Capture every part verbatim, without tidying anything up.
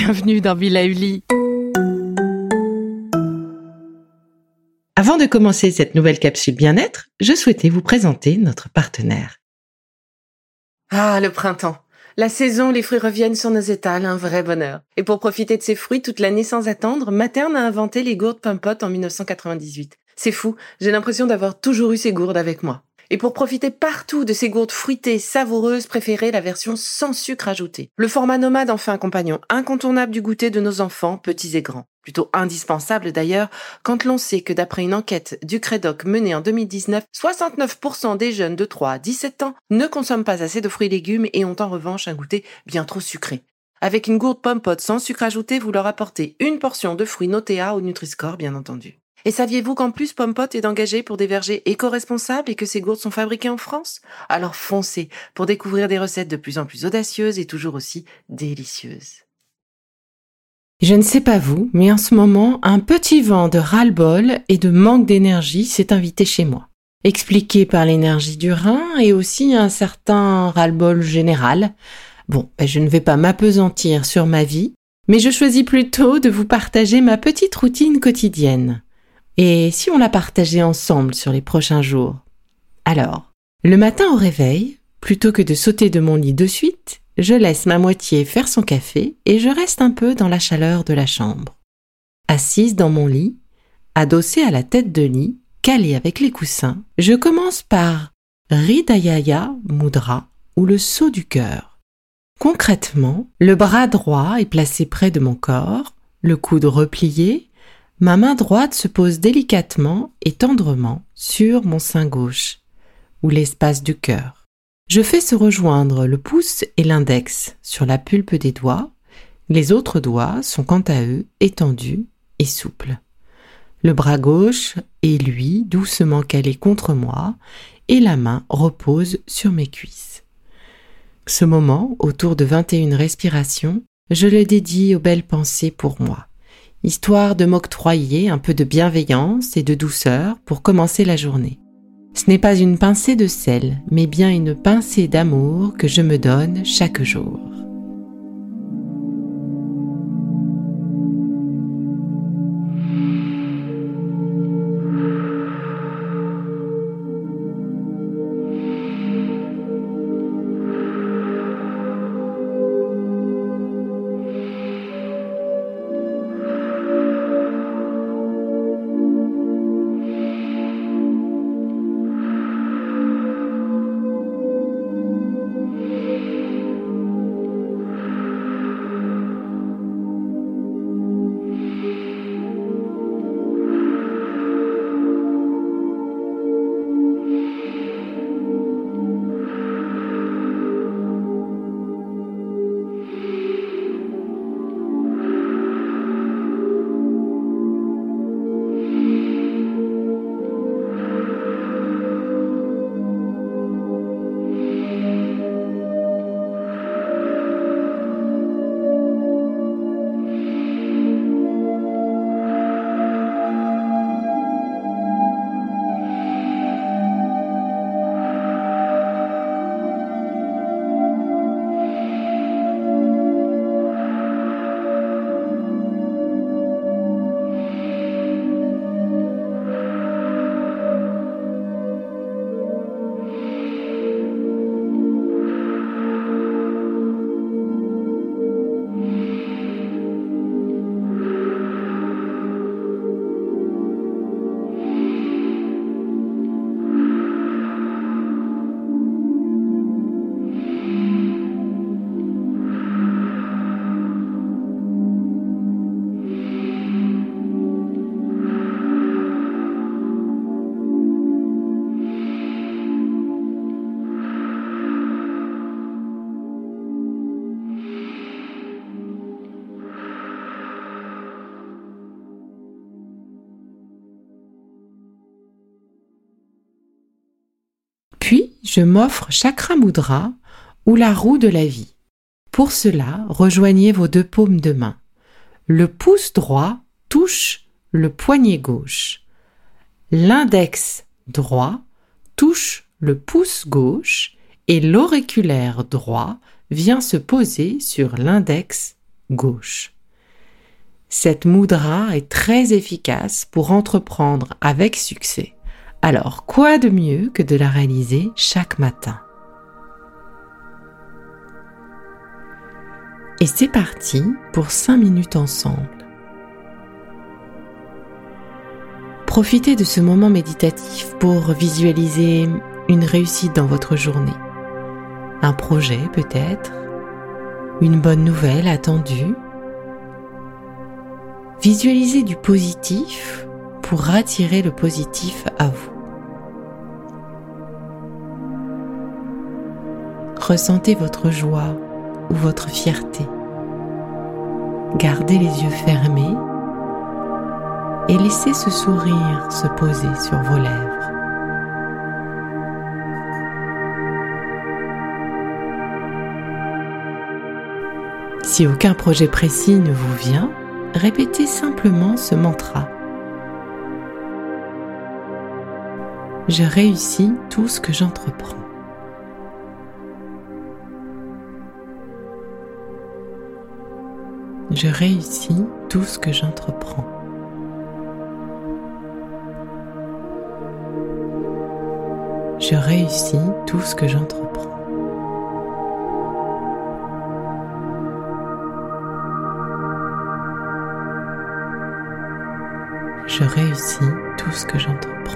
bienvenue dans Villa Uli. Avant de commencer cette nouvelle capsule bien-être, je souhaitais vous présenter notre partenaire. Ah, le printemps. La saison où les fruits reviennent sur nos étals, un vrai bonheur. Et pour profiter de ces fruits toute l'année sans attendre, Materne a inventé les gourdes Pumpote en dix-neuf cent quatre-vingt-dix-huit. C'est fou, j'ai l'impression d'avoir toujours eu ces gourdes avec moi. Et pour profiter partout de ces gourdes fruitées, savoureuses, préférez la version sans sucre ajouté. Le format nomade en fait un compagnon incontournable du goûter de nos enfants, petits et grands. Plutôt indispensable d'ailleurs, quand l'on sait que d'après une enquête du Crédoc menée en deux mille dix-neuf, soixante-neuf pour cent des jeunes de trois à dix-sept ans ne consomment pas assez de fruits et légumes et ont en revanche un goûter bien trop sucré. Avec une gourde Pumpote sans sucre ajouté, vous leur apportez une portion de fruits notés A au Nutri-Score, bien entendu. Et saviez-vous qu'en plus Pumpote est engagé pour des vergers éco-responsables et que ces gourdes sont fabriquées en France ? Alors foncez pour découvrir des recettes de plus en plus audacieuses et toujours aussi délicieuses. Je ne sais pas vous, mais en ce moment, un petit vent de ras-le-bol et de manque d'énergie s'est invité chez moi. Expliqué par l'énergie du rein et aussi un certain ras-le-bol général. Bon, je ne vais pas m'appesantir sur ma vie, mais je choisis plutôt de vous partager ma petite routine quotidienne. Et si on la partageait ensemble sur les prochains jours ? Alors, le matin au réveil, plutôt que de sauter de mon lit de suite, je laisse ma moitié faire son café et je reste un peu dans la chaleur de la chambre. Assise dans mon lit, adossée à la tête de lit, calée avec les coussins, je commence par Hridayaya Mudra ou le saut du cœur. Concrètement, le bras droit est placé près de mon corps, le coude replié, ma main droite se pose délicatement et tendrement sur mon sein gauche, ou l'espace du cœur. Je fais se rejoindre le pouce et l'index sur la pulpe des doigts. Les autres doigts sont quant à eux étendus et souples. Le bras gauche est lui doucement calé contre moi et la main repose sur mes cuisses. Ce moment, autour de vingt et une respirations, je le dédie aux belles pensées pour moi, histoire de m'octroyer un peu de bienveillance et de douceur pour commencer la journée. Ce n'est pas une pincée de sel, mais bien une pincée d'amour que je me donne chaque jour. Puis, je m'offre Chakra Mudra ou la roue de la vie. Pour cela, rejoignez vos deux paumes de main. Le pouce droit touche le poignet gauche. L'index droit touche le pouce gauche et l'auriculaire droit vient se poser sur l'index gauche. Cette mudra est très efficace pour entreprendre avec succès. Alors, quoi de mieux que de la réaliser chaque matin? Et c'est parti pour cinq minutes ensemble. Profitez de ce moment méditatif pour visualiser une réussite dans votre journée. Un projet peut-être, une bonne nouvelle attendue. Visualisez du positif pour attirer le positif à vous. Ressentez votre joie ou votre fierté. Gardez les yeux fermés et laissez ce sourire se poser sur vos lèvres. Si aucun projet précis ne vous vient, répétez simplement ce mantra. Je réussis tout ce que j'entreprends. Je réussis tout ce que j'entreprends. Je réussis tout ce que j'entreprends. Je réussis tout ce que j'entreprends.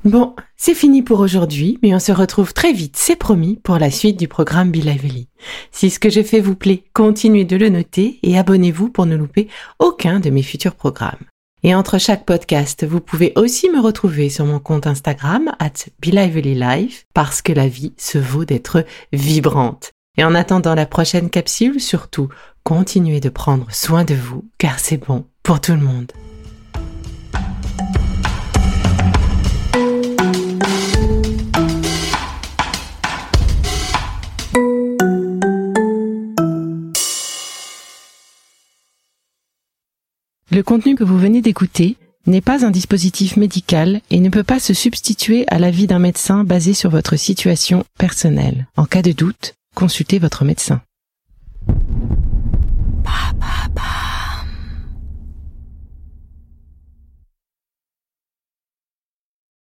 Bon, c'est fini pour aujourd'hui, mais on se retrouve très vite, c'est promis, pour la suite du programme Be Lively. Si ce que je fais vous plaît, continuez de le noter et abonnez-vous pour ne louper aucun de mes futurs programmes. Et entre chaque podcast, vous pouvez aussi me retrouver sur mon compte Instagram arobase be lively life parce que la vie se vaut d'être vibrante. Et en attendant la prochaine capsule, surtout, continuez de prendre soin de vous car c'est bon pour tout le monde. Le contenu que vous venez d'écouter n'est pas un dispositif médical et ne peut pas se substituer à l'avis d'un médecin basé sur votre situation personnelle. En cas de doute, consultez votre médecin.